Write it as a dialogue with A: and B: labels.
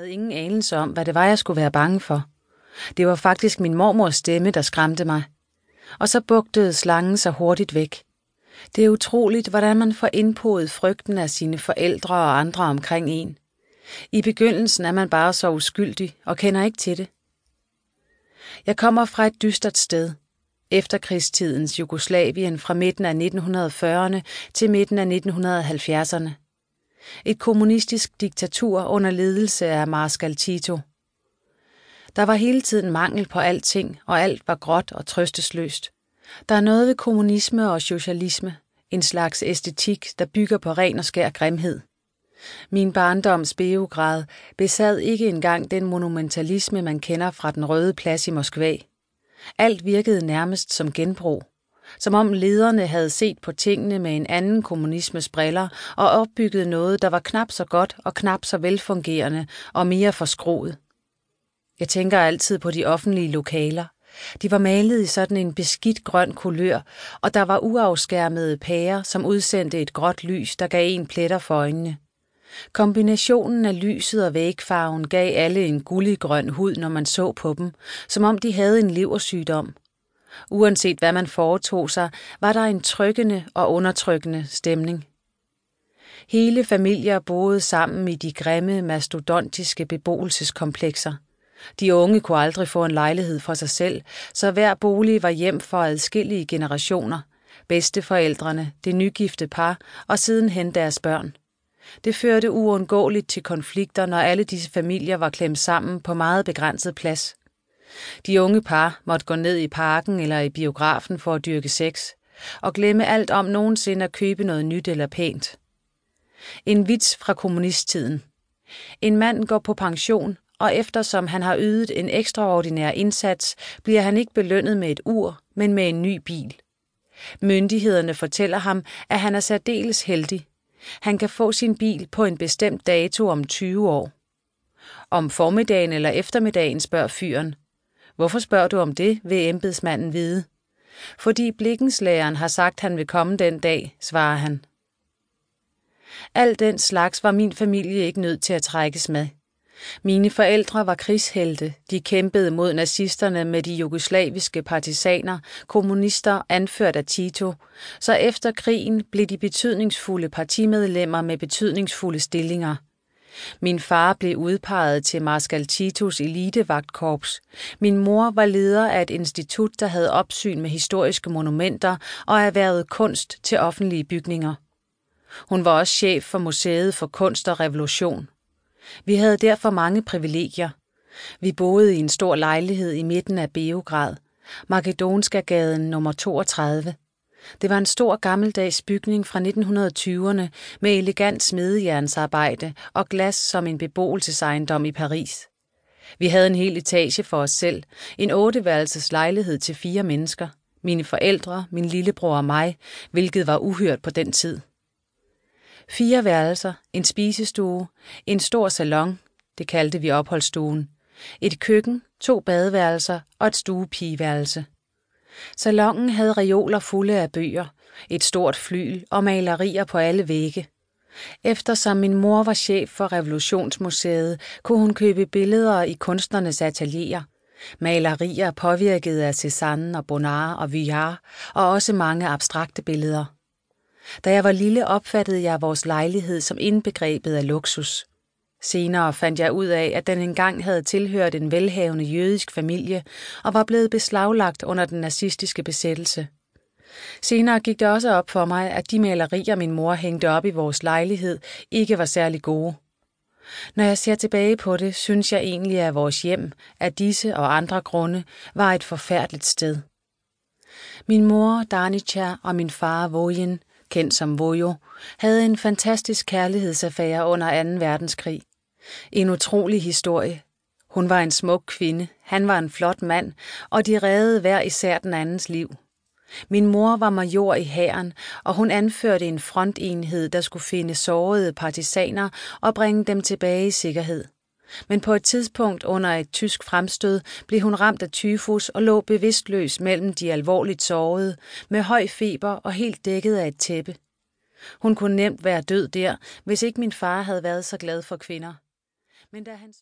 A: havde ingen anelse om, hvad det var, jeg skulle være bange for. Det var faktisk min mormors stemme, der skræmte mig. Og så bugtede slangen sig hurtigt væk. Det er utroligt, hvordan man får indpodet frygten af sine forældre og andre omkring en. I begyndelsen er man bare så uskyldig og kender ikke til det. Jeg kommer fra et dystert sted. Efterkrigstidens Jugoslavien fra midten af 1940'erne til midten af 1970'erne. Et kommunistisk diktatur under ledelse af Marskal Tito. Der var hele tiden mangel på alting, og alt var gråt og trøstesløst. Der er noget ved kommunisme og socialisme, en slags æstetik, der bygger på ren og skær grimhed. Min barndoms Beograd besad ikke engang den monumentalisme, man kender fra den Røde Plads i Moskva. Alt virkede nærmest som genbrug. Som om lederne havde set på tingene med en anden kommunismes briller og opbygget noget, der var knap så godt og knap så velfungerende og mere forskruet. Jeg tænker altid på de offentlige lokaler. De var malet i sådan en beskidt grøn kulør, og der var uafskærmede pærer, som udsendte et gråt lys, der gav en pletter for øjnene. Kombinationen af lyset og vægfarven gav alle en gulliggrøn hud, når man så på dem, som om de havde en leversygdom. Uanset hvad man foretog sig, var der en trykkende og undertrykkende stemning. Hele familier boede sammen i de grimme, mastodontiske beboelseskomplekser. De unge kunne aldrig få en lejlighed for sig selv, så hver bolig var hjem for adskillige generationer, bedsteforældrene, det nygifte par og sidenhen deres børn. Det førte uundgåeligt til konflikter, når alle disse familier var klemt sammen på meget begrænset plads. De unge par måtte gå ned i parken eller i biografen for at dyrke sex, og glemme alt om nogensinde at købe noget nyt eller pænt. En vits fra kommunisttiden. En mand går på pension, og eftersom han har ydet en ekstraordinær indsats, bliver han ikke belønnet med et ur, men med en ny bil. Myndighederne fortæller ham, at han er særdeles heldig. Han kan få sin bil på en bestemt dato om 20 år. Om formiddagen eller eftermiddagen, spørger fyren. Hvorfor spørger du om det, vil embedsmanden vide. Fordi blikkenslageren har sagt, han vil komme den dag, svarer han. Al den slags var min familie ikke nødt til at trækkes med. Mine forældre var krigshelte. De kæmpede mod nazisterne med de jugoslaviske partisaner, kommunister anført af Tito, så efter krigen blev de betydningsfulde partimedlemmer med betydningsfulde stillinger. Min far blev udpeget til Marskal Titos elitevagtkorps. Min mor var leder af et institut, der havde opsyn med historiske monumenter og erhvervede kunst til offentlige bygninger. Hun var også chef for Museet for Kunst og Revolution. Vi havde derfor mange privilegier. Vi boede i en stor lejlighed i midten af Beograd, Makedonskagaden nummer 32. Det var en stor gammeldags bygning fra 1920'erne med elegant smedejernsarbejde og glas som en beboelsesejendom i Paris. Vi havde en hel etage for os selv, en 8-værelses lejlighed til 4 mennesker, mine forældre, min lillebror og mig, hvilket var uhørt på den tid. 4 værelser, en spisestue, en stor salon, det kaldte vi opholdsstuen, et køkken, 2 badeværelser og et stuepigeværelse. Salonen havde reoler fulde af bøger, et stort flygel og malerier på alle vægge. Eftersom min mor var chef for Revolutionsmuseet, kunne hun købe billeder i kunstnernes atelierer. Malerier påvirket af Cézanne og Bonnard og Vuillard, og også mange abstrakte billeder. Da jeg var lille, opfattede jeg vores lejlighed som indbegrebet af luksus. Senere fandt jeg ud af, at den engang havde tilhørt en velhavende jødisk familie og var blevet beslaglagt under den nazistiske besættelse. Senere gik det også op for mig, at de malerier, min mor hængte op i vores lejlighed, ikke var særlig gode. Når jeg ser tilbage på det, synes jeg egentlig, at vores hjem, af disse og andre grunde, var et forfærdeligt sted. Min mor, Danica, og min far, Vojen, kendt som Vojo, havde en fantastisk kærlighedsaffære under 2. verdenskrig. En utrolig historie. Hun var en smuk kvinde, han var en flot mand, og de reddede hver især den andens liv. Min mor var major i hæren, og hun anførte en frontenhed, der skulle finde sårede partisaner og bringe dem tilbage i sikkerhed. Men på et tidspunkt under et tysk fremstød blev hun ramt af tyfus og lå bevidstløs mellem de alvorligt sårede, med høj feber og helt dækket af et tæppe. Hun kunne nemt være død der, hvis ikke min far havde været så glad for kvinder. Men da han